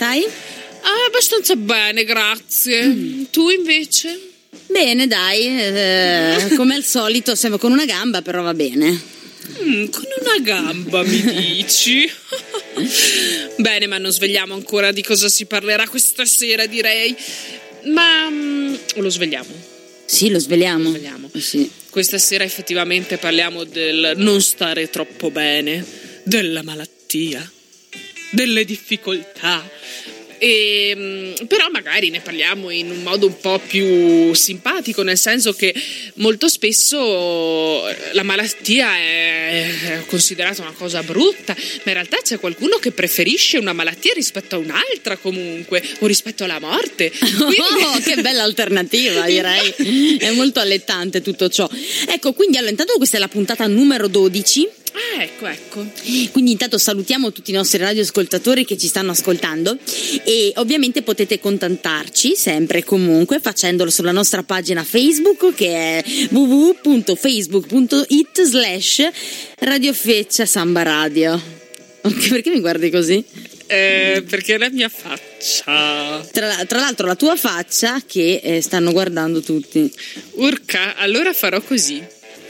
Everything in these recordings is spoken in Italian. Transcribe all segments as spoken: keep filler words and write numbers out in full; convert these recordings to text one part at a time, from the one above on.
stai? Ah, abbastanza bene, grazie. Mm. Tu invece? Bene, dai, eh, come al solito, siamo con una gamba, però va bene. Mm, con una gamba, mi dici? Bene, ma non svegliamo ancora di cosa si parlerà questa sera, direi. Ma mm, lo svegliamo? Sì, lo sveliamo. Lo svegliamo. Sì. Questa sera effettivamente parliamo del non stare troppo bene, della malattia, delle difficoltà. E, però magari ne parliamo in un modo un po' più simpatico, nel senso che molto spesso la malattia è considerata una cosa brutta, ma in realtà c'è qualcuno che preferisce una malattia rispetto a un'altra comunque, o rispetto alla morte. Quindi... Oh, che bella alternativa, direi. È molto allettante tutto ciò. Ecco, quindi allora intanto questa è la puntata numero dodici. Ah, ecco, ecco. Quindi intanto salutiamo tutti i nostri radioascoltatori che ci stanno ascoltando e ovviamente potete contattarci sempre e comunque facendolo sulla nostra pagina Facebook, che è w w w punto facebook punto it slash radiofeccia samba radio. Ok, perché mi guardi così? Eh, perché è la mia faccia. Tra, tra l'altro la tua faccia che eh, stanno guardando tutti. Urca, allora farò così.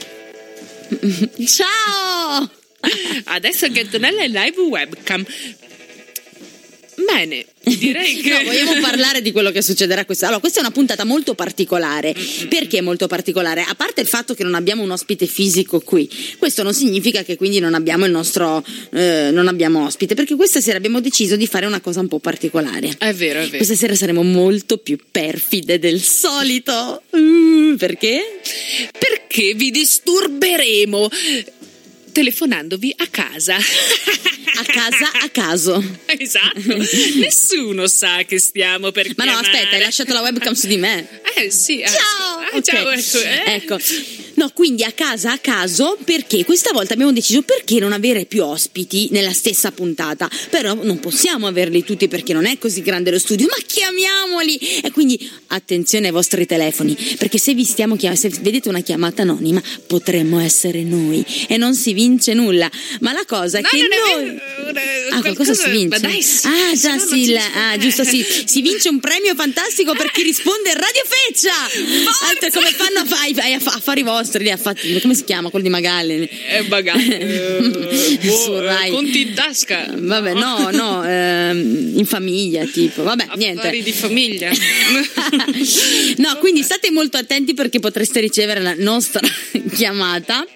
Ciao! Adesso che Antonella è live webcam. Bene, direi che... No, vogliamo parlare di quello che succederà questa. Allora, questa è una puntata molto particolare. Perché molto particolare? A parte il fatto che non abbiamo un ospite fisico qui, questo non significa che quindi non abbiamo il nostro eh, non abbiamo ospite, perché questa sera abbiamo deciso di fare una cosa un po' particolare. È vero, è vero. Questa sera saremo molto più perfide del solito. Uh, perché? Perché vi disturberemo telefonandovi a casa. A casa a caso. Esatto. Nessuno sa che stiamo per Ma chiamare. no, aspetta, hai lasciato la webcam su di me. Eh sì. Ciao. Ah, Okay. ciao, ecco, eh. Ecco. No, quindi a casa a caso, perché questa volta abbiamo deciso perché non avere più ospiti nella stessa puntata. Però non possiamo averli tutti perché non è così grande lo studio, ma chiamiamoli. E quindi attenzione ai vostri telefoni, perché se vi stiamo chiamando, se vedete una chiamata anonima, potremmo essere noi e non si vince nulla. Ma la cosa è no, che non noi è vero. Ah, qualcosa si vince? Ma dai, sì, ah, già se no sì, non la, si ah, giusto, sì. Si vince un premio fantastico per chi risponde a Radio Feccia. Altre, come fanno a, fa- ai affari vostri, a fatti, come si chiama? Quello di Magalli. Eh, Magalli. Eh, boh, eh, conti in tasca. Vabbè, no, no, ehm, in famiglia, tipo. Vabbè, affari niente. Affari di famiglia. No, quindi state molto attenti perché potreste ricevere la nostra chiamata.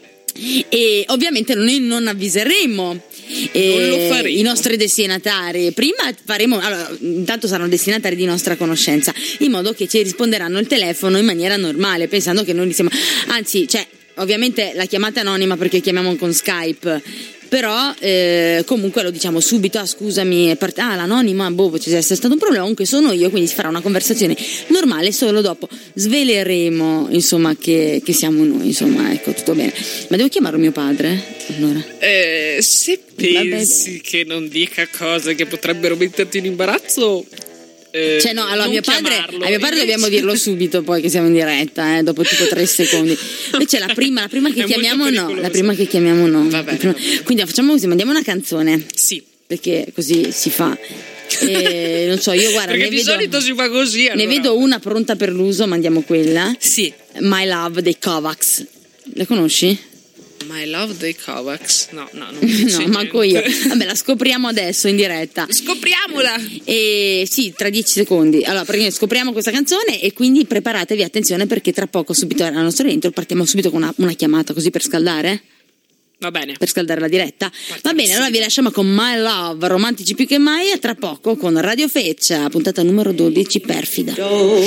E ovviamente noi non avviseremo eh, i nostri destinatari. Prima faremo, allora, intanto saranno destinatari di nostra conoscenza, in modo che ci risponderanno il telefono in maniera normale, pensando che noi li siamo. Anzi, cioè, ovviamente la chiamata è anonima perché chiamiamo con Skype. Però eh, comunque lo diciamo subito, ah scusami, è part- ah l'anonima, boh, c'è stato un problema, comunque sono io, quindi si farà una conversazione normale, solo dopo sveleremo insomma che, che siamo noi, insomma, ecco, tutto bene. Ma devo chiamare mio padre? Allora. Eh, se pensi che non dica cose che potrebbero metterti in imbarazzo... Eh, cioè no, allora a mio padre, a mio padre invece... dobbiamo dirlo subito poi che siamo in diretta, eh, dopo tipo tre secondi. Invece la prima, la prima che È chiamiamo no, la prima che sì. chiamiamo no. Vabbè, prima... vabbè. Quindi facciamo così, mandiamo una canzone. Sì. Perché così si fa. E, non so, io guarda, perché ne di vedo, solito si fa così. Allora. Ne vedo una pronta per l'uso, mandiamo quella. Sì. My Love dei Kovacs. La conosci? My Love dei Kovacs. No, no, non mi dice no, manco niente. io. Vabbè, la scopriamo adesso in diretta. Scopriamola! E sì, tra dieci secondi. Allora, perché scopriamo questa canzone e quindi preparatevi, attenzione, perché tra poco, subito al nostro rientro, partiamo subito con una, una chiamata così per scaldare. Va bene. Per scaldare la diretta. Partiamo Va bene, allora vi lasciamo con My Love, romantici più che mai, e tra poco con Radio Feccia, puntata numero dodici, perfida.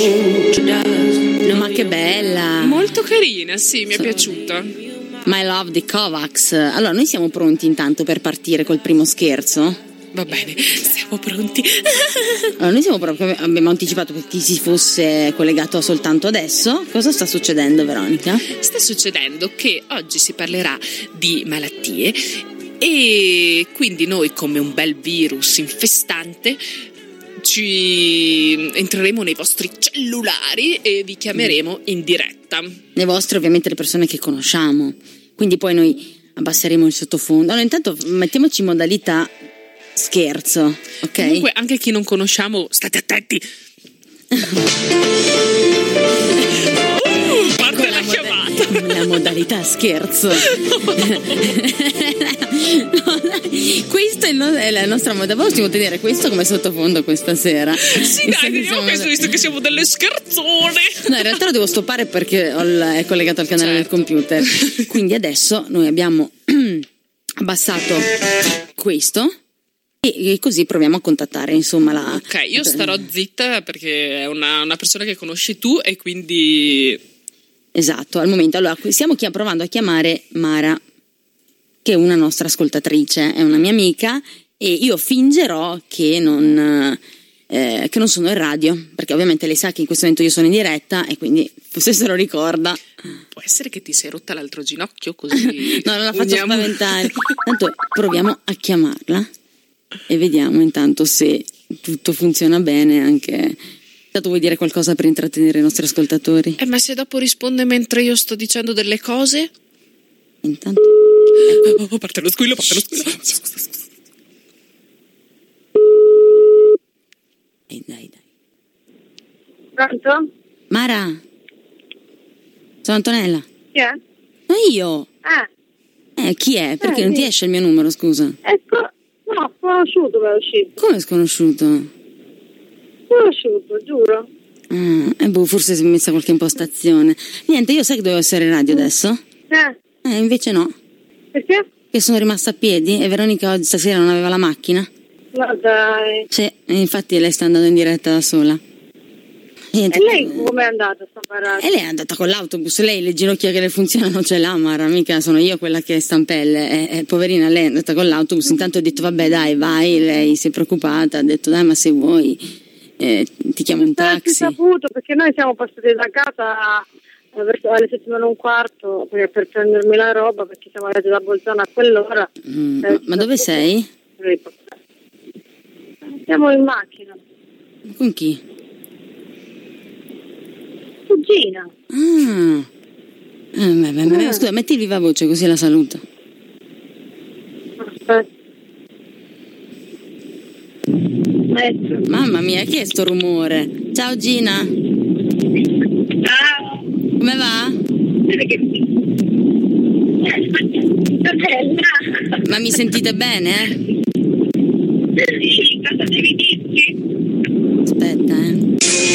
Ma che bella! Molto carina, sì, mi è piaciuta. My Love di Kovacs. Allora, noi siamo pronti intanto per partire col primo scherzo? Va bene, siamo pronti. Allora, noi siamo pronti, abbiamo anticipato per chi si fosse collegato soltanto adesso. Cosa sta succedendo, Veronica? Sta succedendo che oggi si parlerà di malattie e quindi noi, come un bel virus infestante, ci entreremo nei vostri cellulari e vi chiameremo in diretta. Le vostre, ovviamente, le persone che conosciamo. Quindi poi noi abbasseremo il sottofondo. Allora, intanto mettiamoci in modalità scherzo, ok? Comunque anche chi non conosciamo, state attenti. uh, parte ecco la, la chiamata. Moda- la modalità scherzo. Questo è, il no- è la nostra moda. Possiamo tenere questo come sottofondo questa sera. Sì, dai, teniamo questo moda- visto che siamo delle scherzone. No, in realtà lo devo stoppare perché ho il- è collegato al canale certo. del computer. Quindi adesso noi abbiamo abbassato questo e, e così proviamo a contattare, insomma, la... Ok, io starò zitta perché è una, una persona che conosci tu e quindi... Esatto, al momento. Allora, stiamo chia- provando a chiamare Mara, che è una nostra ascoltatrice, è una mia amica, e io fingerò che non, eh, che non sono in radio, perché ovviamente lei sa che in questo momento io sono in diretta e quindi forse se lo ricorda. Può essere che ti sei rotta l'altro ginocchio così... No, non la faccio uniamo... spaventare. Tanto proviamo a chiamarla e vediamo intanto se tutto funziona bene anche... Tu vuoi dire qualcosa per intrattenere i nostri ascoltatori? Eh, ma se dopo risponde mentre io sto dicendo delle cose? Intanto... Oh, oh, parte lo squillo, parte lo squillo. Dai, dai, dai. Pronto? Mara? Sono Antonella. Chi è? Ma io? Ah, Eh, chi è? Perché Eh, non ti sì. esce il mio numero, scusa? ecco, no, conosciuto per uscito. Come sconosciuto? Conosciuto, giuro. Ah, eh, boh, forse si è messa qualche impostazione. Niente, io sai che dovevo essere in radio adesso? Eh, Eh, invece no. perché? Che sono rimasta a piedi e Veronica oggi stasera non aveva la macchina. Ma dai. Sì, e infatti lei sta andando in diretta da sola. Niente. E lei come è andata a sta parata? E lei è andata con l'autobus, lei le ginocchia che le funzionano ce l'ha, Mara, mica sono io quella che è stampelle. E, e, poverina, lei è andata con l'autobus, intanto ho detto vabbè dai, vai, lei si è preoccupata, ha detto dai, ma se vuoi eh, ti chiamo un Non si è taxi. saputo, perché noi siamo passati da casa eh, verso alle settimane e un quarto per, per prendermi la roba, perché siamo arrivati da Bolzano a quell'ora. Mm, Eh, ma dove sei? Siamo in macchina. Con chi? Cugina. Ah, eh, beh, beh, beh, Ah. scusa, metti il viva voce così la saluto. Aspetta. Ecco. Mamma mia, chi è sto rumore? Ciao Gina, Ciao. come va? Bella. Ma mi sentite bene? Eh? Sì, cosa devi dirti? Aspetta, eh.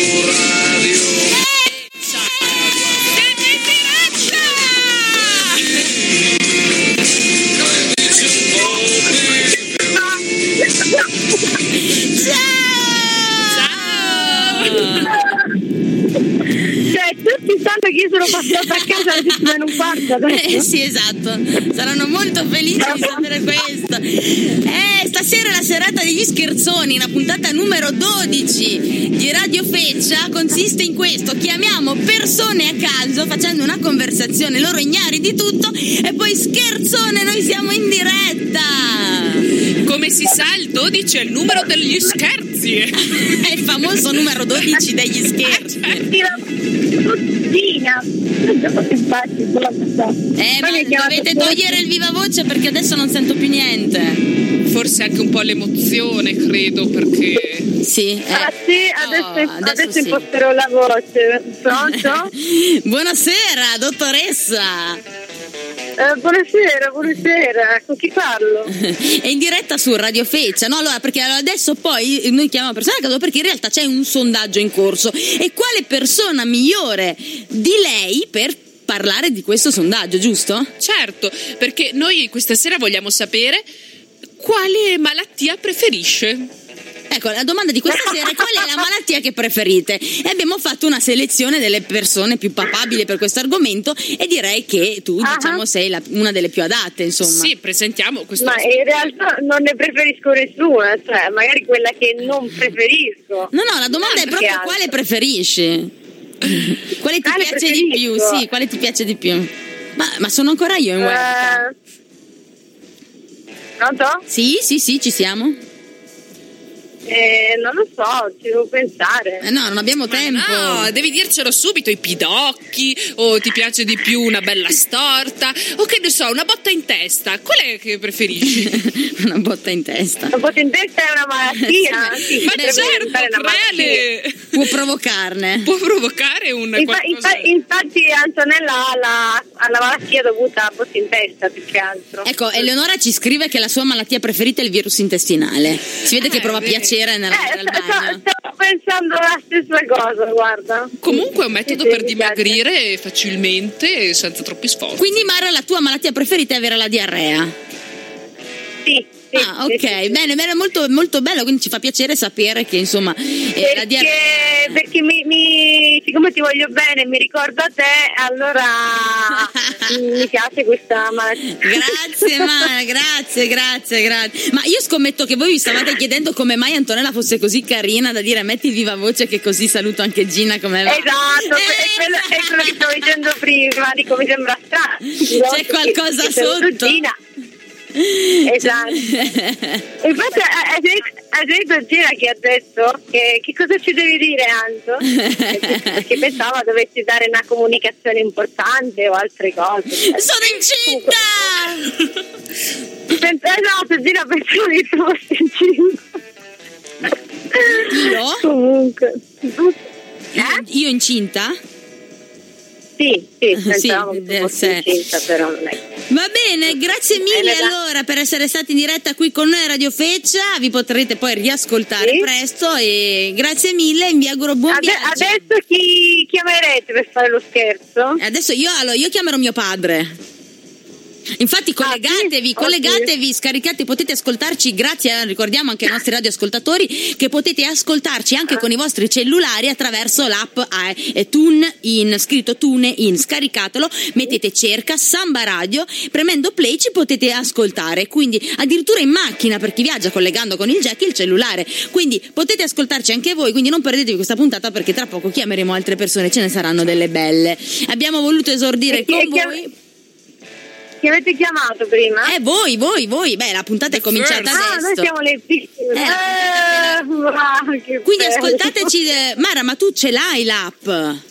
Cioè, tutti sanno che io sono passata a casa alle settimane e un quarto adesso. Eh sì, esatto, saranno molto felici di sapere questo. Eh, stasera è la serata degli scherzoni, la puntata numero dodici di Radio Feccia consiste in questo: chiamiamo persone a caso facendo una conversazione, loro ignari di tutto, e poi scherzone, noi siamo in diretta. Come si sa, il dodici è il numero degli scherzi. È il famoso numero dodici degli scherzi. Cugina. Infatti, quello che so. Eh, ma Poi mi ha chiamato dovete pure- togliere il viva voce perché adesso non sento più niente. Forse anche un po' l'emozione, credo, perché... Sì, eh. Ah sì, adesso, Oh, adesso adesso sì. imposterò la voce. Pronto? Buonasera, dottoressa. Eh, buonasera, buonasera. Con chi parlo? È in diretta su Radio Feccia, no? Allora, perché adesso poi noi chiamiamo persone a caso perché in realtà c'è un sondaggio in corso. E quale persona migliore di lei per parlare di questo sondaggio, giusto? Certo, perché noi questa sera vogliamo sapere quale malattia preferisce. Ecco, la domanda di questa sera è: qual è la malattia che preferite? E abbiamo fatto una selezione delle persone più papabili per questo argomento e direi che tu, Ah. diciamo, sei la- una delle più adatte, insomma. Sì, presentiamo questo... Ma in realtà non ne preferisco nessuna, cioè magari quella che non preferisco. No, no, la domanda è Che proprio altro? quale preferisci? Quale ti Quale piace di più? preferisco? Sì, quale ti piace di più? Ma, ma sono ancora io in webcam? Eh, Pronto? Sì, sì, sì, ci siamo. Eh, non lo so, ci devo pensare. Eh no, non abbiamo Ma tempo. no, devi dircelo subito, i pidocchi, o ti piace di più una bella storta, o che ne so, una botta in testa. Qual è che preferisci? Una botta in testa. La botta in testa è una malattia. Sì, Sì, Ma potrebbe certo, diventare una malattia. Reale Può provocarne. può provocare un Infa- qualcosa... infa- infatti Antonella ha la, ha la malattia dovuta a botta in testa più che altro. Ecco, Eleonora ci scrive che la sua malattia preferita è il virus intestinale. Si vede Eh, che prova vedi. piacere nella Eh, nel sto- bagno. stavo pensando la stessa cosa, guarda. Comunque è un metodo Sì, sì, per mi piace. dimagrire facilmente e senza troppi sforzi. Quindi Mara, la tua malattia preferita è avere la diarrea. Sì, sì, Ah, sì, ok, sì, sì. bene, bene, molto, molto bello, quindi ci fa piacere sapere che insomma eh, la Perché, diarrea. perché mi, mi- siccome ti voglio bene e mi ricordo a te, allora mi piace questa malattia. Grazie Mara, grazie, grazie, grazie. Ma io scommetto che voi vi stavate chiedendo come mai Antonella fosse così carina da dire metti il viva voce che così saluto anche Gina come va. Esatto, Eh, è, quello, è quello che stavo dicendo prima, dico mi sembra strano. C'è qualcosa Che saluto sotto. Gina. Esatto. Infatti hai detto, hai detto Gina che ha detto che, che cosa ci devi dire Anto? Perché pensava dovessi dare una comunicazione importante o altre cose. Sono incinta! Pens- esatto, Gina pensavo che tu fossi incinta. Io? Comunque. Io, Eh? io incinta? Sì, sì, Sì, pensavo che del tu fossi sé. incinta, però non è. Va bene, grazie mille Bene, dai. allora per essere stati in diretta qui con noi a Radio Feccia, vi potrete poi riascoltare Sì. presto e grazie mille e vi auguro buon Ade- viaggio. adesso chi chiamerete per fare lo scherzo? Adesso io, allora, io chiamerò mio padre. Infatti collegatevi, sì? collegatevi, scaricate, potete ascoltarci grazie, a, ricordiamo anche ai nostri radioascoltatori che potete ascoltarci anche con i vostri cellulari attraverso l'app eh, TuneIn, scritto TuneIn, scaricatelo, mettete cerca Samba Radio, premendo play ci potete ascoltare, quindi addirittura in macchina per chi viaggia collegando con il jack il cellulare, quindi potete ascoltarci anche voi, quindi non perdetevi questa puntata perché tra poco chiameremo altre persone, ce ne saranno delle belle. Abbiamo voluto esordire E chi- con e chi- voi. Chi avete chiamato prima? Eh, voi, voi, voi. Beh, la puntata è cominciata first. ah, noi adesso. siamo le piccole. Eh, Eh, wow, che Quindi bello. ascoltateci. eh, Mara, ma tu ce l'hai l'app?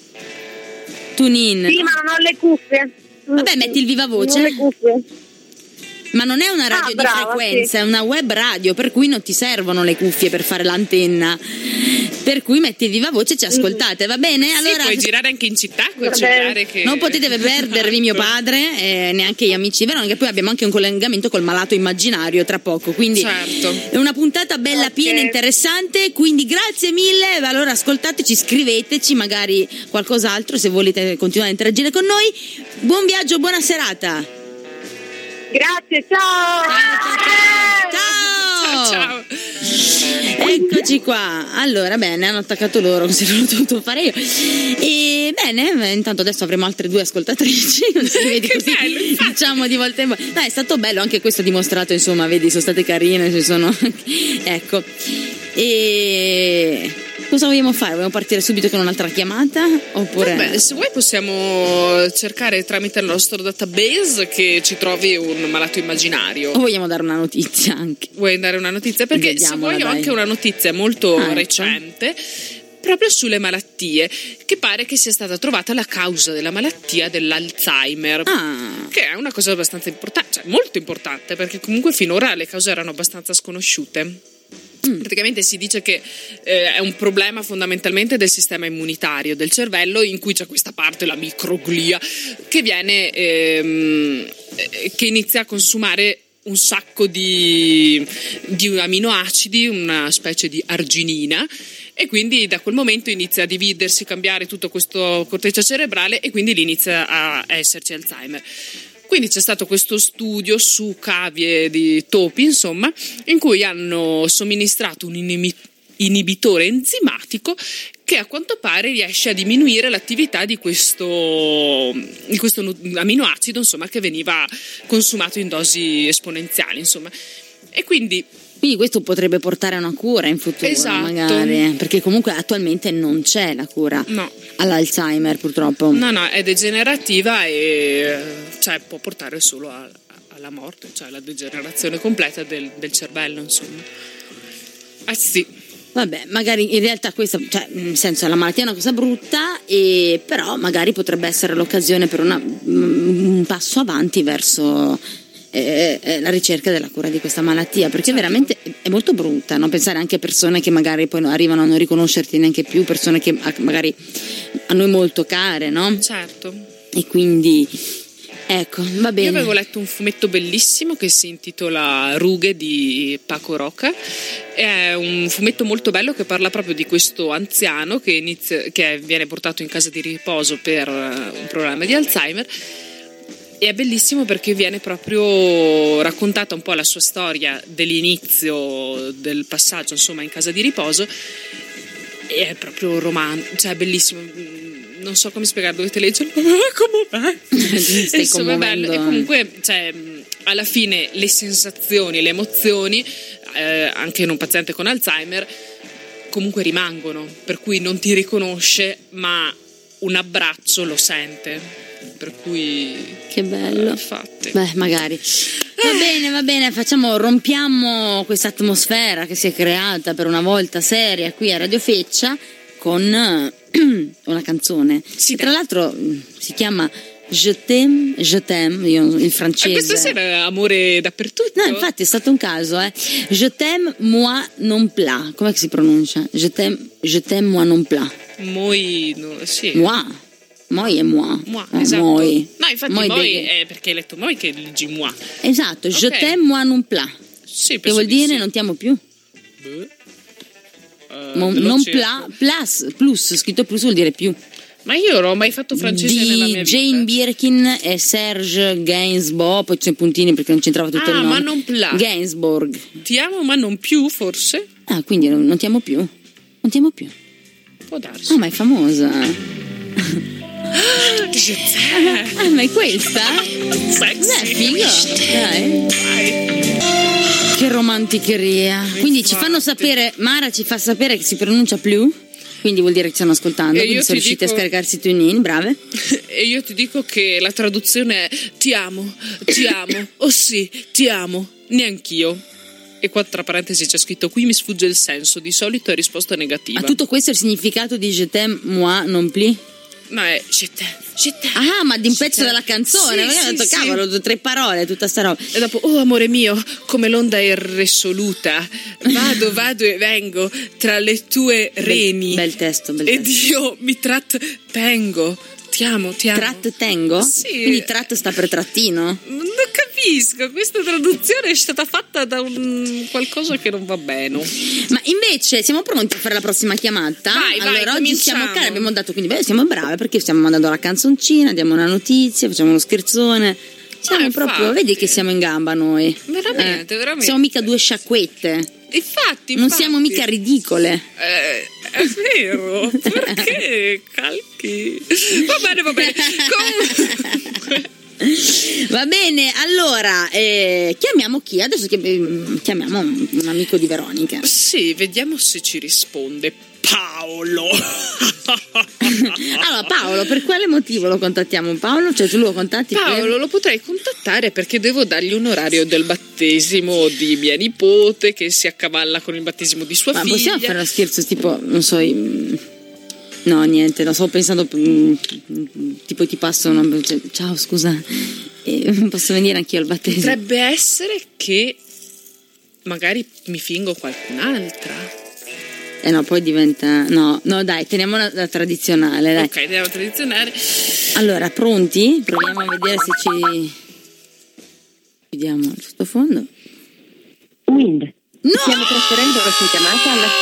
TuneIn? Sì, ma non ho le cuffie. Vabbè, metti il viva voce. Non ho le cuffie. Ma non è una radio Ah, di brava, frequenza, sì. è una web radio, per cui non ti servono le cuffie per fare l'antenna. Per cui metti il viva voce e ci ascoltate, va bene? Sì, Allora, puoi girare anche in città col Va cellulare bene. che... non potete perdervi mio padre e neanche gli amici, vero? Anche poi abbiamo anche un collegamento col malato immaginario tra poco, quindi Certo. è una puntata bella, Ok. piena, interessante, quindi grazie mille, allora ascoltateci, scriveteci magari qualcos'altro se volete continuare a interagire con noi. Buon viaggio, buona serata. Grazie, ciao. Ciao! Ciao, ciao. Eccoci qua. Allora, bene, hanno attaccato loro, così non l'ho dovuto fare io. E bene, intanto adesso avremo altre due ascoltatrici. Non si vedi Che così, bello, infatti. diciamo di volta in volta. Dai, è stato bello, anche questo ha dimostrato, insomma, vedi, sono state carine, ci sono. Ecco. E cosa vogliamo fare? Vogliamo partire subito con un'altra chiamata? Oppure. Vabbè, se vuoi possiamo cercare tramite il nostro database che ci trovi un malato immaginario. O vogliamo dare una notizia anche? Vuoi dare una notizia? Perché se Vediamola, vuoi ho dai. anche una notizia molto Ah, ecco. recente proprio sulle malattie, che pare che sia stata trovata la causa della malattia dell'Alzheimer. Ah. Che è una cosa abbastanza importante, cioè molto importante, perché comunque finora le cause erano abbastanza sconosciute. Mm. Praticamente si dice che eh, è un problema fondamentalmente del sistema immunitario del cervello, in cui c'è questa parte, la microglia, che viene ehm, eh, che inizia a consumare un sacco di, di aminoacidi, una specie di arginina, e quindi da quel momento inizia a dividersi, cambiare tutto questo corteccia cerebrale e quindi lì inizia a esserci Alzheimer. Quindi c'è stato questo studio su cavie di topi, insomma, in cui hanno somministrato un inimi- inibitore enzimatico che a quanto pare riesce a diminuire l'attività di questo, di questo nu- aminoacido, insomma, che veniva consumato in dosi esponenziali, insomma. E quindi Quindi questo potrebbe portare a una cura in futuro, Esatto. magari, perché comunque attualmente non c'è la cura no, all'Alzheimer, purtroppo. no, no, è degenerativa e cioè, può portare solo a- alla morte, cioè alla degenerazione completa del, del cervello, insomma. Ah sì. Vabbè, magari in realtà questa, cioè, nel senso, la malattia è una cosa brutta, e però magari potrebbe essere l'occasione per una, un passo avanti verso eh, la ricerca della cura di questa malattia, perché veramente è molto brutta, no? Pensare anche a persone che magari poi arrivano a non riconoscerti neanche più, persone che magari a noi molto care, no? Certo. E quindi ecco, va bene. Io avevo letto un fumetto bellissimo che si intitola Rughe di Paco Roca. È un fumetto molto bello che parla proprio di questo anziano che, inizia, che viene portato in casa di riposo per un problema di Alzheimer. E è bellissimo perché viene proprio raccontata un po' la sua storia dell'inizio del passaggio, insomma, in casa di riposo. E è proprio romantico, cioè è bellissimo. Non so come spiegare, dovete leggerlo. Come Stai insomma, è bello. E comunque, cioè, alla fine le sensazioni, le emozioni, eh, anche in un paziente con Alzheimer, comunque rimangono, per cui non ti riconosce, ma un abbraccio lo sente, per cui che bello. Eh, infatti. Beh, magari. Va bene, va bene, facciamo, rompiamo questa atmosfera che si è creata per una volta seria qui a Radio Feccia con una canzone. Sì, che tra l'altro si chiama Je t'aime, je t'aime, io il francese. E questo sera amore dappertutto. No, infatti è stato un caso, eh. Je t'aime, moi non plat. Com'è che si pronuncia? Je t'aime, je t'aime, moi non plat. Moi, no, sì. Moi. Moi è moi. Moi, eh, esatto. Moi. No, infatti moi, moi de... è perché hai letto moi che leggi moi. Esatto, je okay. t'aime, moi non plat. Sì, che vuol dire sì. non ti amo più. Beh. Uh, Mon, non pla, plus, plus, scritto plus vuol dire più. Ma io non ho mai fatto francese di nella mia vita. Jane Birkin e Serge Gainsbourg, poi c'è puntini perché non c'entrava tutto ah, il nome. ma non pla. Gainsbourg. Ti amo ma non più, forse? Ah, quindi non, non ti amo più. Non ti amo più. Può darsi. Ah, ma è famosa. Ah, ma è questa? Sexy. È figo. Dai. Dai. Che romanticheria. Quindi Infatti. ci fanno sapere, Mara ci fa sapere che si pronuncia più. Quindi vuol dire che ci stanno ascoltando, E quindi io sono ti riusciti dico- a scaricarsi TuneIn, brave. E io ti dico che la traduzione è ti amo, ti amo, oh sì, ti amo, neanch'io. E qua tra parentesi c'è scritto qui mi sfugge il senso, di solito è risposta negativa. Ma tutto questo è il significato di Je t'aime, moi non plus? No, è je t'aime, je t'aime. Ah, ma di un Je pezzo t'aime. della canzone, Sì, magari sì, ho detto sì. cavolo, due, tre parole, tutta sta roba. E dopo, oh amore mio, come l'onda irresoluta, vado, vado e vengo tra le tue reni. Bel, bel testo, bel Ed testo. io mi trattengo, ti amo, ti amo. Trat tengo? Sì. Quindi trat sta per trattino? Non capisco, questa traduzione è stata fatta da un qualcosa che non va bene. Ma invece siamo pronti a fare la prossima chiamata? Vai, vai, allora oggi cominciamo. siamo cari, abbiamo dato quindi beh, siamo brave perché stiamo mandando la canzoncina, diamo una notizia, facciamo uno scherzone. Siamo Ah, proprio, infatti. vedi che siamo in gamba noi. Veramente, veramente. Siamo mica due sciacquette. Infatti, Non infatti. siamo mica ridicole. Eh, è vero, perché calchi? Va bene, va bene. Comunque. Va bene, allora eh, chiamiamo chi? Adesso chi- chiamiamo un amico di Veronica. Sì, vediamo se ci risponde Paolo. Allora Paolo, per quale motivo lo contattiamo Paolo? Cioè tu lo contatti Paolo per... lo potrei contattare perché devo dargli un orario del battesimo di mia nipote che si accavalla con il battesimo di sua Ma figlia. possiamo fare uno scherzo tipo, non so, i- no niente, lo stavo pensando, mm, tipo ti passo una... cioè, ciao scusa, eh, posso venire anch'io al battesimo? Potrebbe essere che magari mi fingo qualcun'altra. Eh no, poi diventa... No, no dai, teniamo la, la tradizionale, dai. Ok, andiamo a tradizionale. Allora, pronti? Proviamo a vedere se ci... Chiudiamo il sottofondo. Wind. No! Stiamo trasferendo la sua chiamata alla...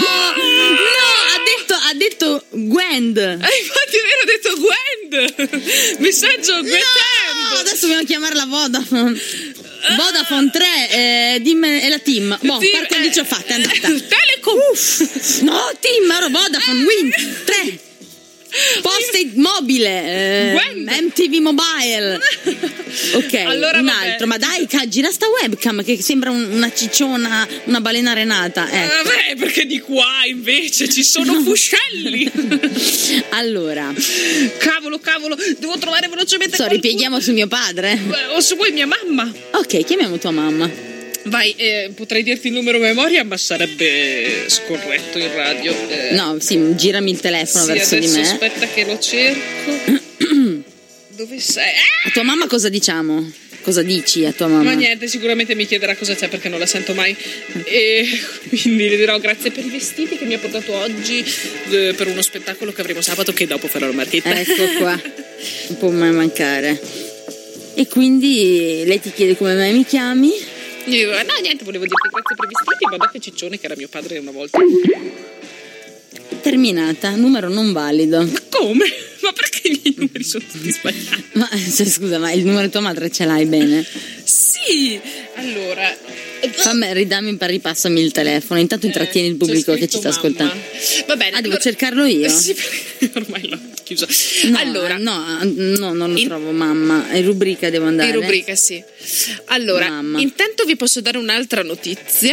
No, ha detto, ha detto Gwend. Eh, infatti è vero, ho detto Gwend. Messaggio No, Gwend. adesso dobbiamo chiamarla Vodafone. Vodafone tre, eh, dimme, è la team. Boh, Team, parte il eh, dicio fatta, è andata. Telecom. Uff, no, team, ero Vodafone, Wind tre. Poste mobile, eh, Gwend. M T V Mobile. Ok, Allora, un vabbè. altro, ma dai, ca- gira sta webcam che sembra un- una cicciona, una balena renata. Ecco. Vabbè, perché di qua invece ci sono fuscelli. Allora, Cavolo, cavolo, devo trovare velocemente so, qualcuno. ripieghiamo su mio padre. Eh, O se vuoi mia mamma. Ok, chiamiamo tua mamma. Vai, eh, potrei dirti il numero memoria, ma sarebbe scorretto in radio. Eh. No, sì, girami il telefono sì, verso di me. Aspetta che lo cerco. Dove sei? Ah! A tua mamma cosa diciamo? Cosa dici a tua mamma? Ma niente, sicuramente mi chiederà cosa c'è perché non la sento mai. E quindi le dirò grazie per i vestiti che mi ha portato oggi eh, per uno spettacolo che avremo sabato, che dopo farò la marchetta. Ecco qua, non può mai mancare. E quindi lei ti chiede come mai mi chiami? Io dico, no niente, volevo dirti grazie per i vestiti, ma date Ciccione che era mio padre una volta. Terminata, numero non valido. Ma come? Ma perché i miei numeri sono tutti sbagliati? Ma cioè, scusa, ma il numero di tua madre ce l'hai bene? Sì, allora fammi, ridammi, ripassami il telefono. Intanto intrattieni il pubblico che ci sta mamma. ascoltando. Va bene. Ah, devo allora, cercarlo io? Sì, ormai l'ho chiuso. No, allora, no, no, non lo in, trovo, mamma. In rubrica devo andare. In rubrica, sì. Allora, mamma. Intanto vi posso dare un'altra notizia.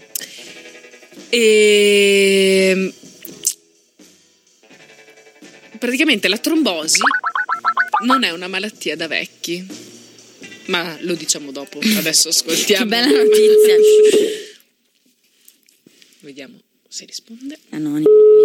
E praticamente la trombosi non è una malattia da vecchi, ma lo diciamo dopo. Adesso ascoltiamo. Che bella notizia. Vediamo se risponde. Anonimo,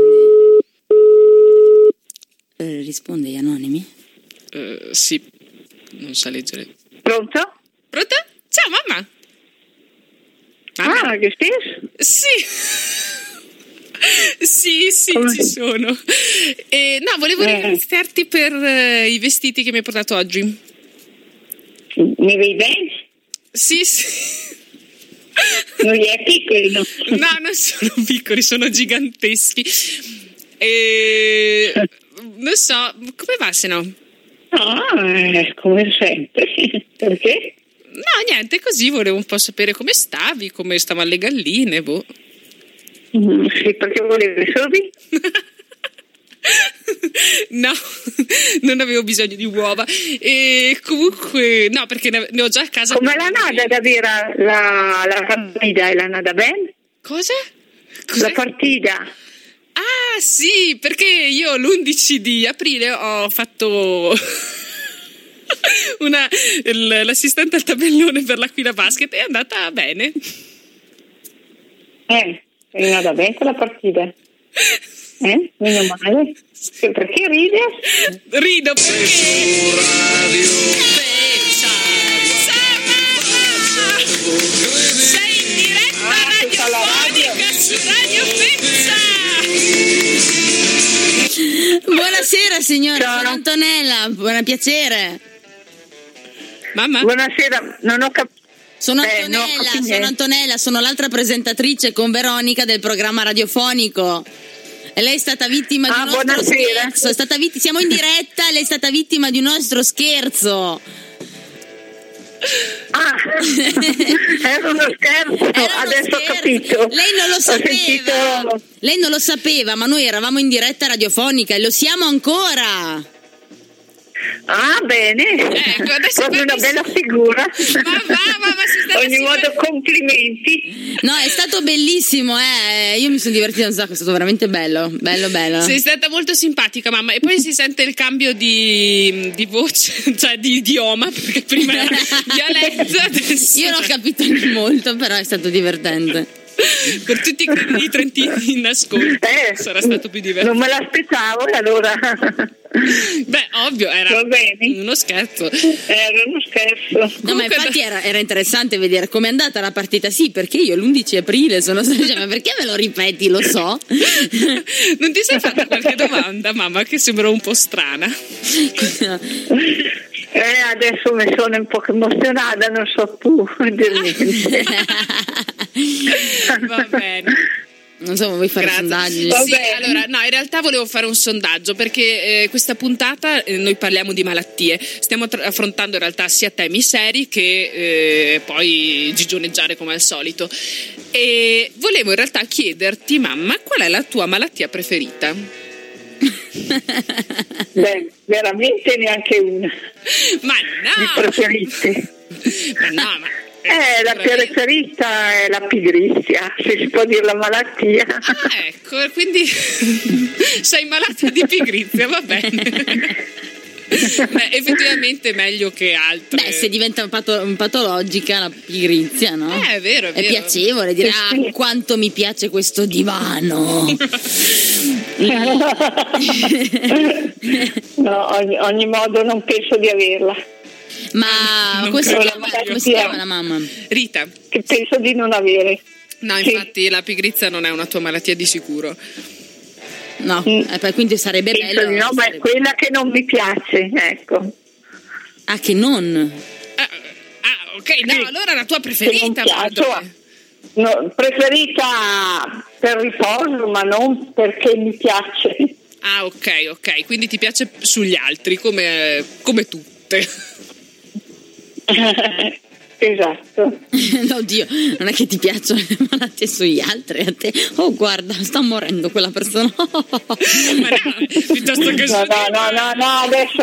quindi eh, risponde gli anonimi? Uh, sì, non sa leggere. Pronto? Pronto? Ciao mamma. mamma. Ah, che stesso? Sì. Sì, sì, Come? ci sono. Eh, no, volevo Eh. ringraziarti per eh, i vestiti che mi hai portato oggi. Mi vedi bene? Sì, sì. Non gli è piccoli, no? No, non sono piccoli, sono giganteschi. E non so, come va se no? Ah, eh, come sempre. Perché? No, niente, così volevo un po' sapere come stavi, come stavano le galline, boh. Mm, sì, perché volevi i soldi? No, non avevo bisogno di uova. E comunque, no, perché ne ne ho già a casa. Come la nada da avere la, la partita, è la nada ben? Cosa? Cos'è? La partita. Ah, sì, perché io l'undici di aprile ho fatto una, il- l'assistente al tabellone per l'Aquila Basket, è andata bene. Eh, è nata bene quella partita. Eh? Meno male. Perché ride? Rido perché Pensa. Ciao, mamma. Sei in diretta Ah, tutta la radiofonica su Radio Pensa. Buonasera signora, Ciao. sono Antonella, buona piacere. Mamma? Buonasera, non ho capito. Sono Eh, no, Antonella, capi sono niente. Antonella, sono l'altra presentatrice con Veronica del programma radiofonico. E lei è stata vittima di Ah, un nostro buonasera. scherzo. È stata vitt- siamo in diretta, lei è stata vittima di un nostro scherzo. Ah, era uno scherzo, Era uno adesso scherzo. ho capito. Lei non lo Ho sapeva. sentito- Lei non lo sapeva, ma noi eravamo in diretta radiofonica e lo siamo ancora. Ah, bene. Ecco, adesso Proprio una capisco. bella figura. Ma va, ma, ma si sta- Ogni si modo sta- complimenti. No, è stato bellissimo, eh. Io mi sono divertita un sacco, è stato veramente bello, bello, bello. Sei stata molto simpatica, mamma. E poi si sente il cambio di, di voce, cioè di idioma, perché prima era dialetto, adesso Io non ho capito molto, però è stato divertente. per tutti i, i trentini in ascolto Eh, sarà stato più divertente. Non me l'aspettavo, e allora. Beh, ovvio, era Va bene. uno scherzo. Era uno scherzo. No, ma Comunque- infatti era, era interessante vedere com'è andata la partita. Sì, perché io l'undici aprile sono stata. Cioè, ma perché me lo ripeti? Lo so. Non ti sei fatta qualche domanda, mamma, che sembra un po' strana? Eh, adesso mi sono un po' emozionata, non so tu dir niente. Va bene. Non so, vuoi fare Grazie. sondaggi? Va Sì, bene. allora, no, in realtà volevo fare un sondaggio perché eh, questa puntata eh, noi parliamo di malattie. Stiamo tra- affrontando in realtà sia temi seri che eh, poi gigioneggiare come al solito. E volevo in realtà chiederti, mamma, qual è la tua malattia preferita? Beh, veramente neanche una. Ma Mi no! preferite. Ma no, ma... Eh, la preferita è la pigrizia, se si può dire la malattia. Ah, ecco, quindi sei malata di pigrizia, va bene. Beh, effettivamente meglio che altre. Beh, se diventa pato- patologica la pigrizia, no? Eh, è vero, è vero. È piacevole dire, ah, quanto mi piace questo divano. No, ogni, ogni modo non penso di averla. Ma Non questo credo chiama, neanche come si io. chiama la mamma? Rita. Che penso di non avere. No, Sì. infatti la pigrizia non è una tua malattia di sicuro. No, Mm. eh, poi quindi sarebbe Penso bello. di no, ma è sarebbe- quella che non mi piace, ecco. Ah, che non. Ah, ah, ok, no, Sì. allora la tua Che non preferita, piace. madre. No, preferita per riposo, ma non perché mi piace. Ah, ok, ok, quindi ti piace sugli altri, come, come tutte. Esatto. No, Dio, non è che ti piacciono le malattie sugli altri. A te. Oh, guarda, sta morendo quella persona. Ma no, piuttosto che No, no, no, no, no, adesso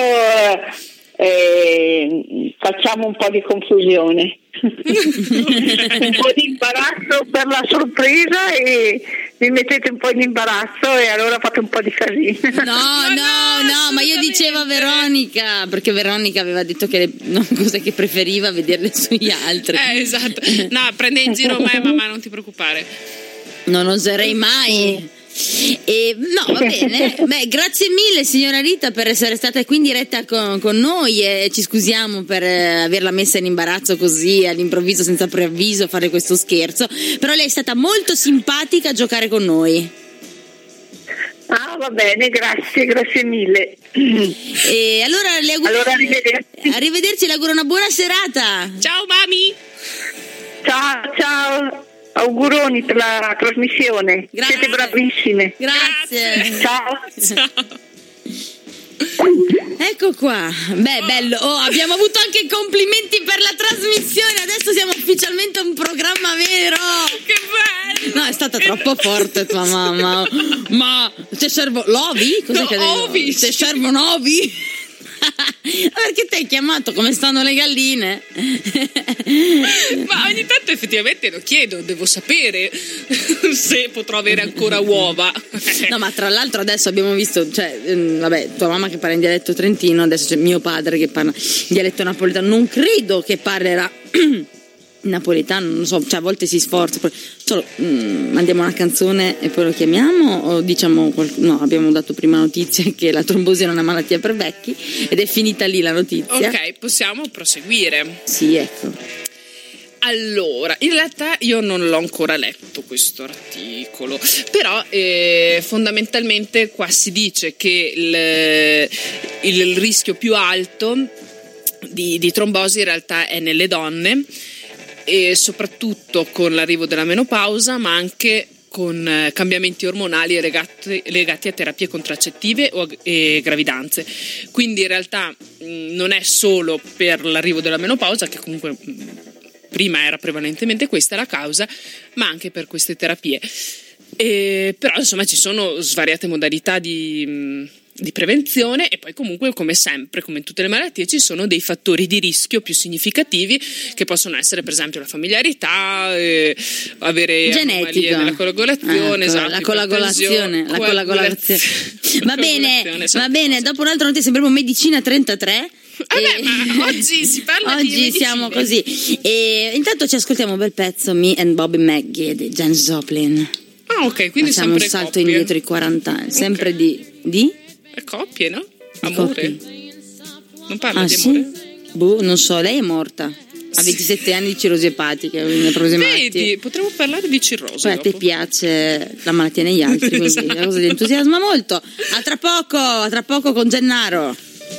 eh, facciamo un po' di confusione. Un po' di imbarazzo per la sorpresa e mi mettete un po' in imbarazzo e allora fate un po' di casino. No, no, no, ma io dicevo a Veronica, perché Veronica aveva detto che le no, cose che preferiva vederle sugli altri. Eh, esatto. No, prende in giro me, mamma, non ti preoccupare. Non oserei mai. E, no, va bene. Beh, grazie mille signora Rita per essere stata qui in diretta con, con noi e ci scusiamo per eh, averla messa in imbarazzo così all'improvviso senza preavviso fare questo scherzo, però lei è stata molto simpatica a giocare con noi. Ah, va bene, grazie, grazie mille. E allora le auguro, Allora, arrivederci. arrivederci, le auguro una buona serata. Ciao, mami. Ciao, ciao. Auguroni per la trasmissione. Grazie. Siete bravissime. Grazie. Ciao. Ciao. Ecco qua, beh, bello. Oh, abbiamo avuto anche complimenti per la trasmissione. Adesso siamo ufficialmente un programma vero. Che bello. No, è stata troppo forte tua mamma. Ma ti servo l'ovi? Cos'è No, che devo? ovi. Ti servono ovi? Perché ti hai chiamato come stanno le galline? Ma ogni tanto effettivamente lo chiedo, devo sapere se potrò avere ancora uova. No, ma tra l'altro adesso abbiamo visto, cioè, ehm, vabbè, tua mamma che parla in dialetto trentino, adesso c'è mio padre che parla in dialetto napoletano. Non credo che parlerà napoletano, non so, cioè a volte si sforza. Solo mm, mandiamo una canzone e poi lo chiamiamo o diciamo qual- no, abbiamo dato prima notizie che la trombosi è una malattia per vecchi ed è finita lì la notizia. Ok, possiamo proseguire. Sì, ecco. Allora, in realtà io non l'ho ancora letto questo articolo, però eh, fondamentalmente qua si dice che il, il rischio più alto di, di trombosi in realtà è nelle donne, e soprattutto con l'arrivo della menopausa, ma anche con eh, cambiamenti ormonali legati, legati a terapie contraccettive o a, e gravidanze. Quindi in realtà mh, non è solo per l'arrivo della menopausa, che comunque mh, prima era prevalentemente questa la causa, ma anche per queste terapie. E, però insomma ci sono svariate modalità di... Mh, di prevenzione, e poi comunque come sempre, come in tutte le malattie, ci sono dei fattori di rischio più significativi che possono essere per esempio la familiarità, eh, avere anomalie nella coagulazione, ecco, esatto, la coagulazione, la coagulazione. Va bene, va bene, dopo un'altra notizia sembriamo Medicina trentatré. Vabbè, e... ma oggi si parla oggi di medicine. siamo così. E intanto ci ascoltiamo un bel pezzo, Me and Bobby McGee di Janis Joplin. Ah, ok, quindi facciamo sempre un salto coppie. indietro i quaranta anni, sempre Ok. di di Coppie, no? Di Amore. coppie. Non parla Ah, di sì? amore? Boh, non so, lei è morta. Ha ventisette anni di cirrosi epatica, una delle malattie. Vedi, potremmo parlare di cirrosi Poi a te dopo. piace la malattia negli altri, quindi Esatto. è una cosa che entusiasma molto. A tra poco, a tra poco con Gennaro.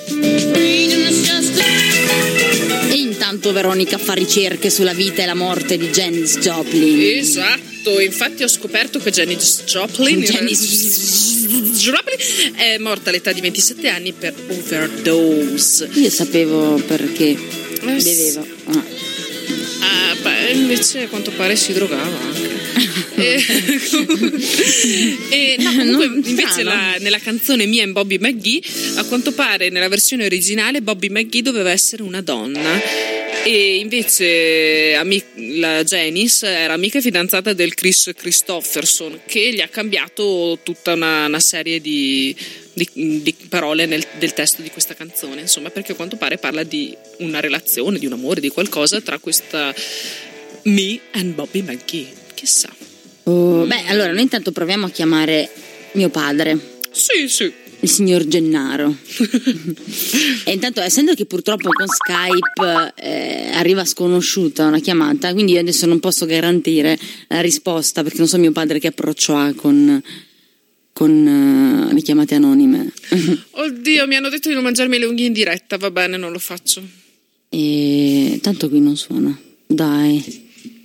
E intanto Veronica fa ricerche sulla vita e la morte di Janis Joplin. Esatto, infatti ho scoperto che Janis Joplin, Janis Joplin è morta all'età di ventisette anni per overdose. Io sapevo perché Eh, beveva. Ah. Ah, beh, invece a quanto pare si drogava anche. e, e no, comunque Non- invece strano. la- nella canzone Me and Bobby McGee, a quanto pare nella versione originale Bobby McGee doveva essere una donna, E invece amic- la Janice era amica e fidanzata del Chris Christopherson, che gli ha cambiato tutta una, una serie di, di, di parole nel, del testo di questa canzone, insomma, perché a quanto pare parla di una relazione, di un amore, di qualcosa tra questa me and Bobby McGee, chissà. Oh, beh, allora noi intanto proviamo a chiamare mio padre. Sì, sì. Il signor Gennaro. E intanto, essendo che purtroppo con Skype eh, arriva sconosciuta una chiamata, quindi io adesso non posso garantire la risposta, perché non so mio padre che approccio ha con, con uh, le chiamate anonime. Oddio, mi hanno detto di non mangiarmi le unghie in diretta, va bene, non lo faccio. E tanto qui non suona. Dai.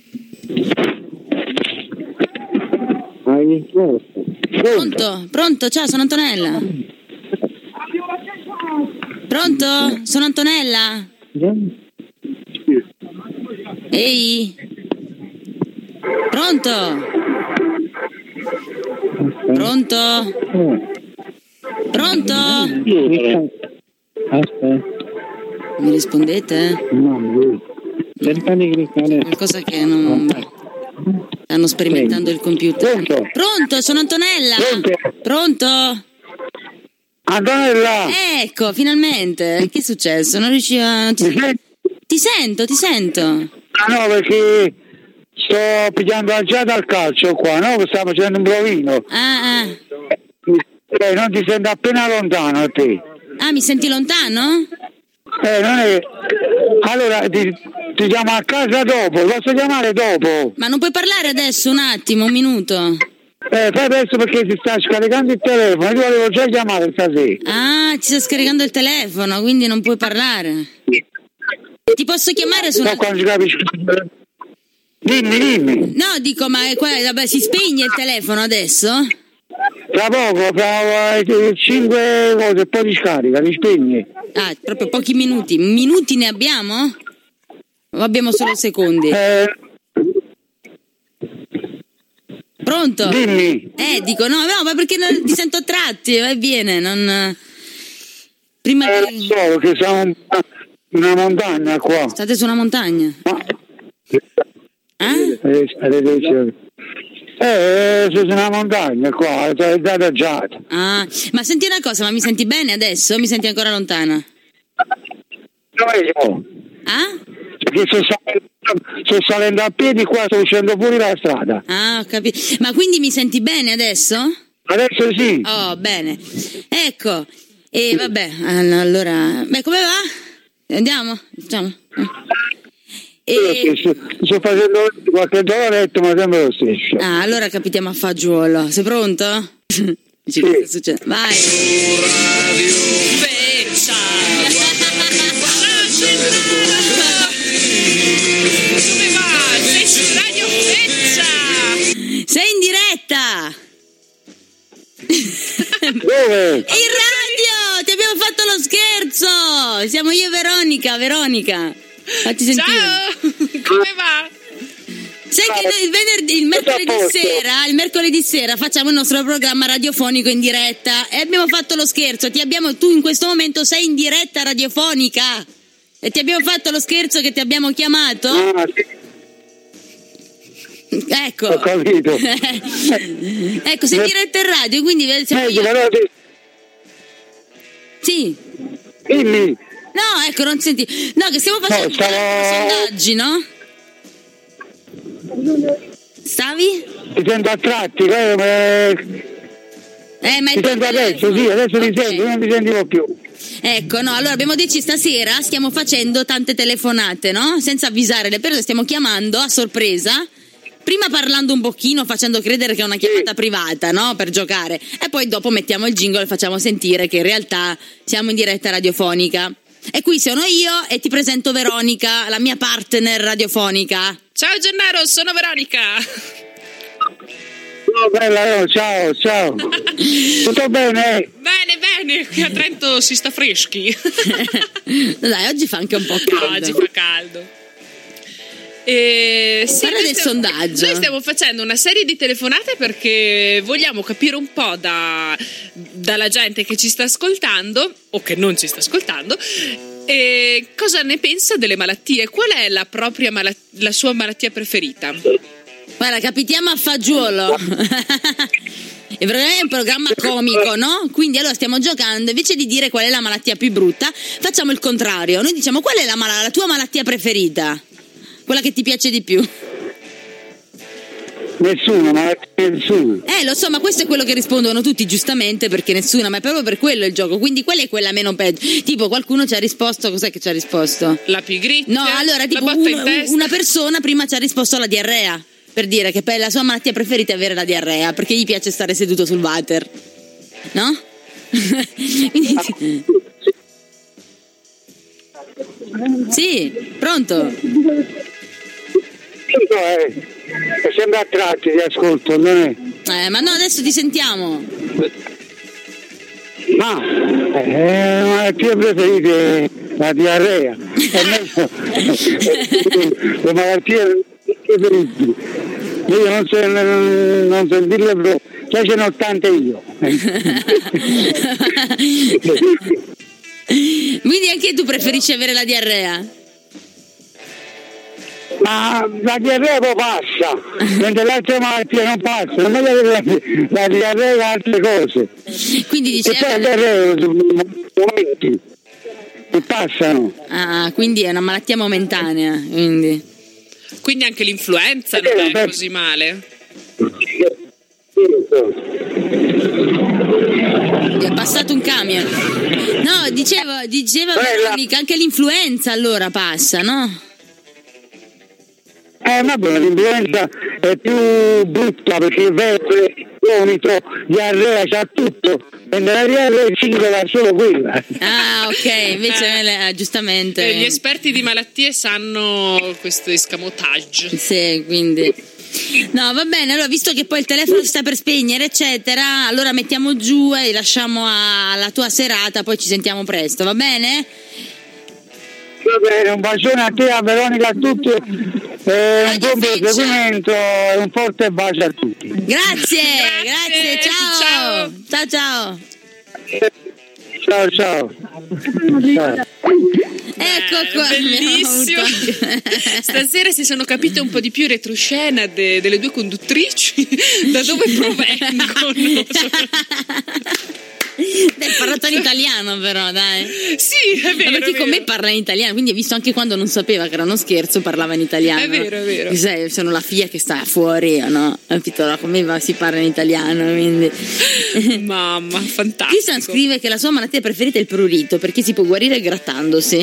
Pronto? Pronto? Ciao, sono Antonella. Pronto? Sono Antonella. Ehi. Pronto? Pronto? Pronto? Mi rispondete? Qualcosa che non... Stanno sperimentando il computer. Pronto? Pronto, sono Antonella. Pronto? Pronto? Antonella! Ecco, finalmente. Che è successo? Non riuscivo a... Ti... ti sento, ti sento. Ah no, perché sto pigliando la giada al calcio qua, no? Stiamo facendo un provino. Ah, ah. Eh, non ti sento appena lontano a te. Ah, mi senti lontano? Eh, non è... Allora, ti, ti chiamo a casa dopo, posso chiamare dopo? Ma non puoi parlare adesso, un attimo, un minuto? Eh, fai adesso perché si sta scaricando il telefono, io volevo già chiamare stasera. Ah, ci sta scaricando il telefono, quindi non puoi parlare. Ti posso chiamare su una... No, quando si capisce... Dimmi, dimmi. No, dico, ma è qua, vabbè, si spegne il telefono adesso? Tra poco, fra cinque cose e poi ti scarica, ti spegne. Ah, proprio pochi minuti. Minuti ne abbiamo? O abbiamo solo secondi? Eh... Pronto? Dimmi. Eh, dico, no, no, ma perché non, ti sento a tratti, vai bene, non... Prima Eh, che... so che siamo una montagna qua. State su una montagna? Eh? Eh, eh, su una montagna qua, è adagiata. Ah, ma senti una cosa, ma mi senti bene adesso? O mi senti ancora lontana? No, Ah? perché sto salendo, sto salendo a piedi qua, sto uscendo fuori dalla strada. Ah, ho capito. Ma quindi mi senti bene adesso? Adesso sì. Oh, bene. Ecco. E vabbè, allora... Beh, come va? Andiamo? Facciamo? E... Sto, sto facendo qualche doloretto, ma sempre lo stesso. Ah, allora capitiamo a fagiolo. Sei pronto? Dici sì. Cosa succede? Vai. Come va? Sei su Radio Feccia! Sei in diretta! Dove? In radio! Ti abbiamo fatto lo scherzo! Siamo io e Veronica, Veronica. Fatti sentire. Ciao! Come va? Sai che noi il venerdì, il mercoledì sera, il mercoledì sera facciamo il nostro programma radiofonico in diretta e abbiamo fatto lo scherzo. Ti abbiamo, tu in questo momento sei in diretta radiofonica e ti abbiamo fatto lo scherzo che ti abbiamo chiamato. Ah, sì. Ecco. Ho capito. Ecco, sei in diretta in radio, quindi siamo Meglio, io. però sì. Sì. Dimmi. No, ecco, non senti. No, che stiamo facendo No, stavo... sondaggi, no? Stavi? Ti sento a tratti, eh, ma... Eh, ma ti sento adesso, sì, adesso okay. ti sento, non ti sentivo più. Ecco, no, allora abbiamo deciso stasera stiamo facendo tante telefonate, no? Senza avvisare le persone, stiamo chiamando a sorpresa. Prima parlando un pochino, facendo credere che è una chiamata sì. privata, no? Per giocare. E poi dopo mettiamo il jingle e facciamo sentire che in realtà siamo in diretta radiofonica. E qui sono io e ti presento Veronica, la mia partner radiofonica. Ciao Gennaro, sono Veronica. Oh, bella, oh, ciao, ciao. Tutto bene? Bene, bene, qui a Trento si sta freschi. Dai, oggi fa anche un po' caldo. Oggi fa caldo. E sì, Parla del stiamo, sondaggio. Noi stiamo facendo una serie di telefonate perché vogliamo capire un po' da, dalla gente che ci sta ascoltando o che non ci sta ascoltando E cosa ne pensa delle malattie? Qual è la propria malat- la sua malattia preferita? Guarda, capitiamo a fagiolo. Il programma è un programma comico, no? Quindi allora stiamo giocando, invece di dire qual è la malattia più brutta, facciamo il contrario. Noi diciamo qual è la, mal- la tua malattia preferita? Quella che ti piace di più. Nessuno, ma nessuno. Eh, lo so, ma questo è quello che rispondono tutti giustamente, perché nessuno, ma è proprio per quello il gioco. Quindi quella è quella meno peggio. Tipo, qualcuno ci ha risposto, cos'è che ci ha risposto? La pigrizia? No, allora, tipo, la botta in un, testa? una persona prima ci ha risposto alla diarrea. Per dire che la sua malattia preferita è avere la diarrea, perché gli piace stare seduto sul water. No? Sì, pronto? Eh, sembra a tratti, ti ascolto, non è? Eh, ma no, adesso ti sentiamo. Ma eh, la malattia preferita è la diarrea. Le malattie preferite. Io non so, non, non so dirle, però già ce ne ho tante io. Quindi anche tu preferisci avere la diarrea? Ma la diarrea poi passa, mentre le altre malattie non passano, non voglio avere la, la diarrea e altre cose. Quindi E poi la dicevi... diarrea momenti che passano. Ah, quindi è una malattia momentanea, quindi... Quindi anche l'influenza non è così male? È passato un camion. No, dicevo, diceva Veronica, anche l'influenza allora passa, no? Eh, vabbè, l'influenza è più brutta perché il verre, vomito, diarrea, c'ha tutto. Mentre la diarrea è singola solo quella. Ah, ok, invece eh, giustamente. Eh, gli esperti di malattie sanno questo escamotage. Sì, quindi... No, va bene, allora visto che poi il telefono si sta per spegnere, eccetera, allora mettiamo giù e lasciamo alla tua serata, poi ci sentiamo presto, va bene? Va bene, un bacione a te, a Veronica, a tutti, eh, un buon proseguimento e un forte bacio a tutti. Grazie, grazie, grazie, ciao. Ciao, ciao. Ciao, ciao. Ciao. Ecco qua. Bellissimo. Stasera si sono capite un po' di più retroscena de- delle due conduttrici, da dove provengono. Dai, parlato in italiano però, dai. Sì, è vero. Ma perché è con vero. me parla in italiano, quindi hai visto anche quando non sapeva che era uno scherzo, parlava in italiano. È vero, è vero. Sai, sono la figlia che sta fuori, no? Capito? No, con me va- si parla in italiano, quindi. Mamma, fantastico. Cristian scrive che la sua malattia preferita è il prurito, perché si può guarire grattandosi.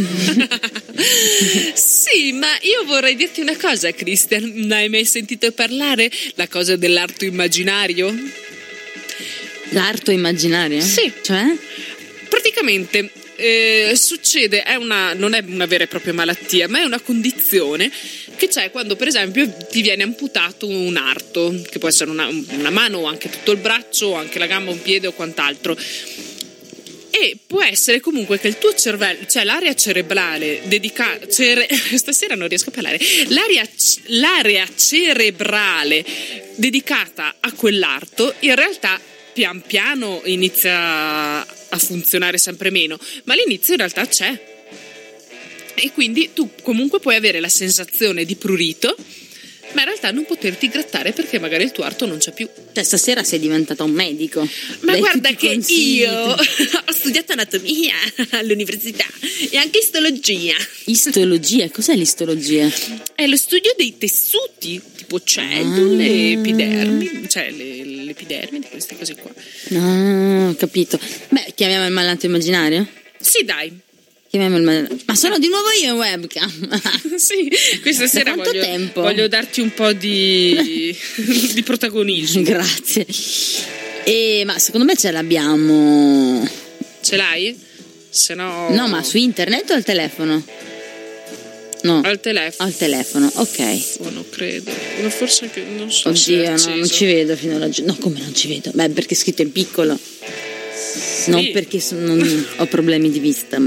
Sì, ma io vorrei dirti una cosa, Cristian. Non hai mai sentito parlare la cosa dell'arto immaginario? L'arto immaginario? Sì. Cioè? Praticamente eh, succede, è una, non è una vera e propria malattia, ma è una condizione che c'è quando per esempio ti viene amputato un arto, che può essere una, una mano o anche tutto il braccio o anche la gamba, un piede o quant'altro. E può essere comunque che il tuo cervello, cioè l'area cerebrale dedicata, cere, stasera non riesco a parlare, l'area, l'area cerebrale dedicata a quell'arto in realtà pian piano inizia a funzionare sempre meno, ma all'inizio in realtà c'è. E quindi tu comunque puoi avere la sensazione di prurito, ma in realtà non poterti grattare perché magari il tuo arto non c'è più. Cioè, stasera sei diventata un medico. Ma Dai guarda tutti i che consigli. io ho studiato anatomia all'università e anche istologia. Istologia, cos'è l'istologia? È lo studio dei tessuti, tipo cellule, Ah. epidermi, cioè le, l'epidermi, di queste cose qua. Ah, ho capito. Beh, chiamiamo il malato immaginario? Sì, dai. Chiamiamo il malato. Ma sono di nuovo io in webcam. Sì, questa sera quanto voglio, tempo? voglio darti un po' di, di protagonismo. Grazie. E, ma secondo me ce l'abbiamo. Ce l'hai? Se no... No, ma su internet o al telefono? No. Al telefono. Al telefono, ok. Oh, non credo. No, forse anche... non so se è Oddio, no, acceso. non ci vedo fino alla giù. No, come non ci vedo? Beh, perché è scritto in piccolo. Non perché so- non ho problemi di vista.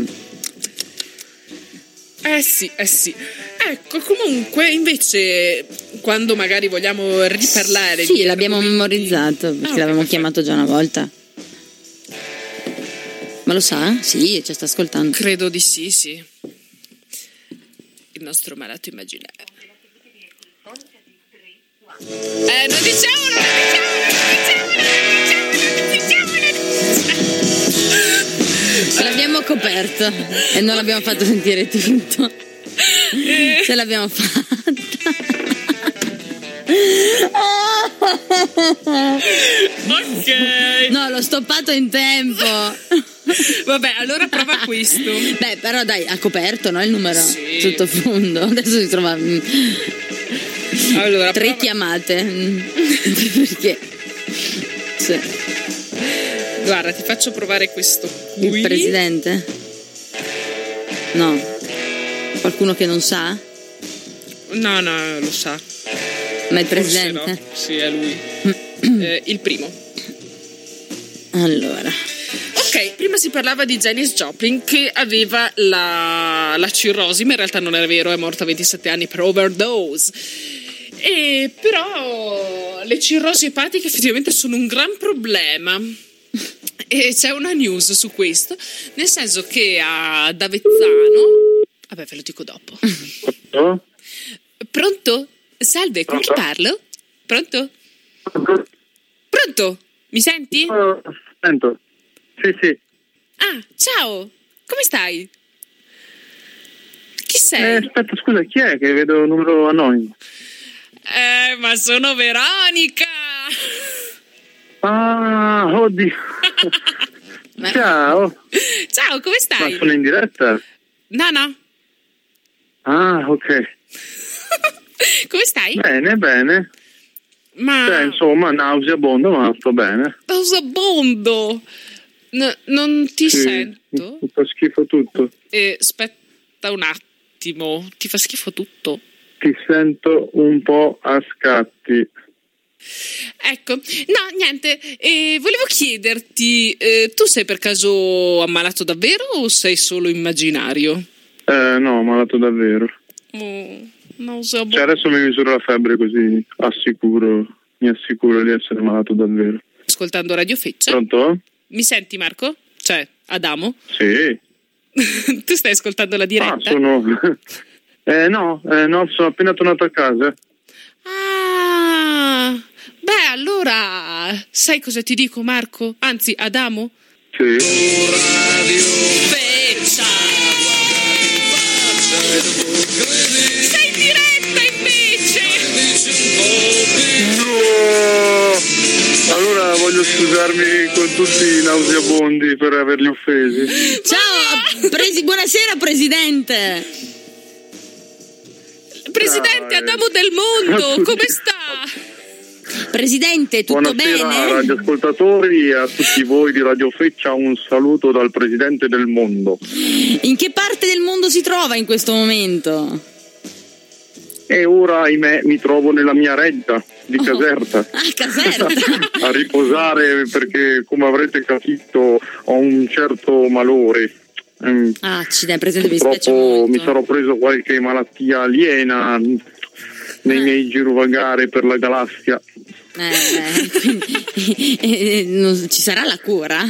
Eh sì, eh sì. Ecco, comunque, invece, quando magari vogliamo riparlare... Sì, di l'abbiamo argomenti- memorizzato perché Ah, ok, l'avevamo perfetto. chiamato già una volta. Ma lo sa? Sì, ci sta ascoltando. Credo di sì, sì. Il nostro malato immaginario. Eh, non diciamolo, non diciamolo, non diciamolo, non diciamolo. L'abbiamo coperto e non l'abbiamo fatto sentire tutto. Ce l'abbiamo fatta. Ok. No, l'ho stoppato in tempo. Vabbè, allora prova questo. Beh, però dai, ha coperto, no, il numero? Sì. Tutto fondo. Adesso si trova allora, tre prova... chiamate. Perché? Sì. Guarda, ti faccio provare questo qui. Il presidente? No. Qualcuno che non sa? No, no, lo sa. Ma il presidente? No. Sì, è lui. eh, il primo. Allora. Ok, prima si parlava di Janis Joplin che aveva la, la cirrosi, ma in realtà non era vero, è morta a ventisette anni per overdose. E però le cirrosi epatiche effettivamente sono un gran problema. E c'è una news su questo, nel senso che a Davezzano, vabbè ve lo dico dopo. Pronto? Pronto? Salve, con chi parlo? Pronto? Pronto? Mi senti? Oh, sento. Sì, sì. Ah, ciao, come stai? Chi sei? Eh, aspetta, scusa, chi è che vedo un numero anonimo? Eh, ma sono Veronica! Ah, oddio. Ciao. Ciao, come stai? Ma sono in diretta? No, no. Ah, ok. Come stai? Bene, bene. Ma... Cioè, insomma, nauseabondo, ma sto bene. Nauseabondo! No, non ti Sì, sento? Mi fa schifo tutto. Eh, aspetta un attimo, ti fa schifo tutto? Ti sento un po' a scatti. Ecco, no, niente, eh, volevo chiederti, eh, tu sei per caso ammalato davvero o sei solo immaginario? Eh, no, malato davvero. Oh, nauseabondo. Cioè, adesso mi misuro la febbre così assicuro, mi assicuro di essere malato davvero. Ascoltando Radio Feccia. Pronto? Mi senti, Marco? Cioè, Adamo? Sì. Tu stai ascoltando la diretta? Ah, sono... eh, no, eh, no, sono appena tornato a casa. Ah, beh, allora, sai cosa ti dico, Marco? Anzi, Adamo? Sì. Feccia! Sei in diretta, invece! No! Allora voglio scusarmi con tutti i nauseabondi per averli offesi. Ciao, presi- buonasera Presidente. Presidente Dai. Adamo del mondo, come sta? Presidente, tutto Buonasera bene? radioascoltatori e a tutti voi di Radio Feccia un saluto dal Presidente del mondo. In che parte del mondo si trova in questo momento? E ora, ahimè, mi trovo nella mia reggia di Oh. Caserta. Ah, Caserta. A riposare perché, come avrete capito, ho un certo malore. Mm, Ah, accidenti, Presidente, mi spiace Purtroppo molto. mi sarò preso qualche malattia aliena nei Ah. miei girovagare per la galassia. Eh, quindi, eh, non- ci sarà la cura?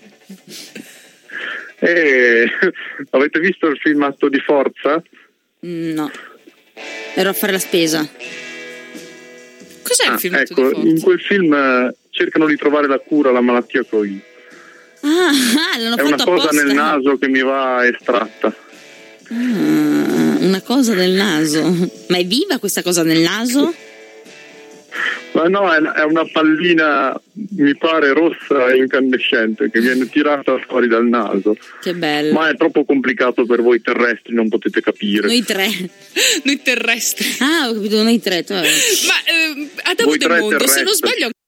E avete visto il film Atto di Forza? No, ero a fare la spesa. Cos'è Ah, il film ecco, di Forza? in quel film eh, cercano di trovare la cura alla malattia che ho io. Ah, ah, l'hanno È una fatto cosa apposta. nel naso che mi va estratta. Ah, una cosa nel naso. Ma è viva questa cosa nel naso? Ma no, è, è una pallina, mi pare rossa e incandescente, che viene tirata fuori dal naso. Che bello. Ma è troppo complicato per voi terrestri, non potete capire. Noi tre. Noi terrestri. Ah, ho capito, noi tre. tu- Ma eh, Adamo Voi del tre mondo, se non terrestri. sbaglio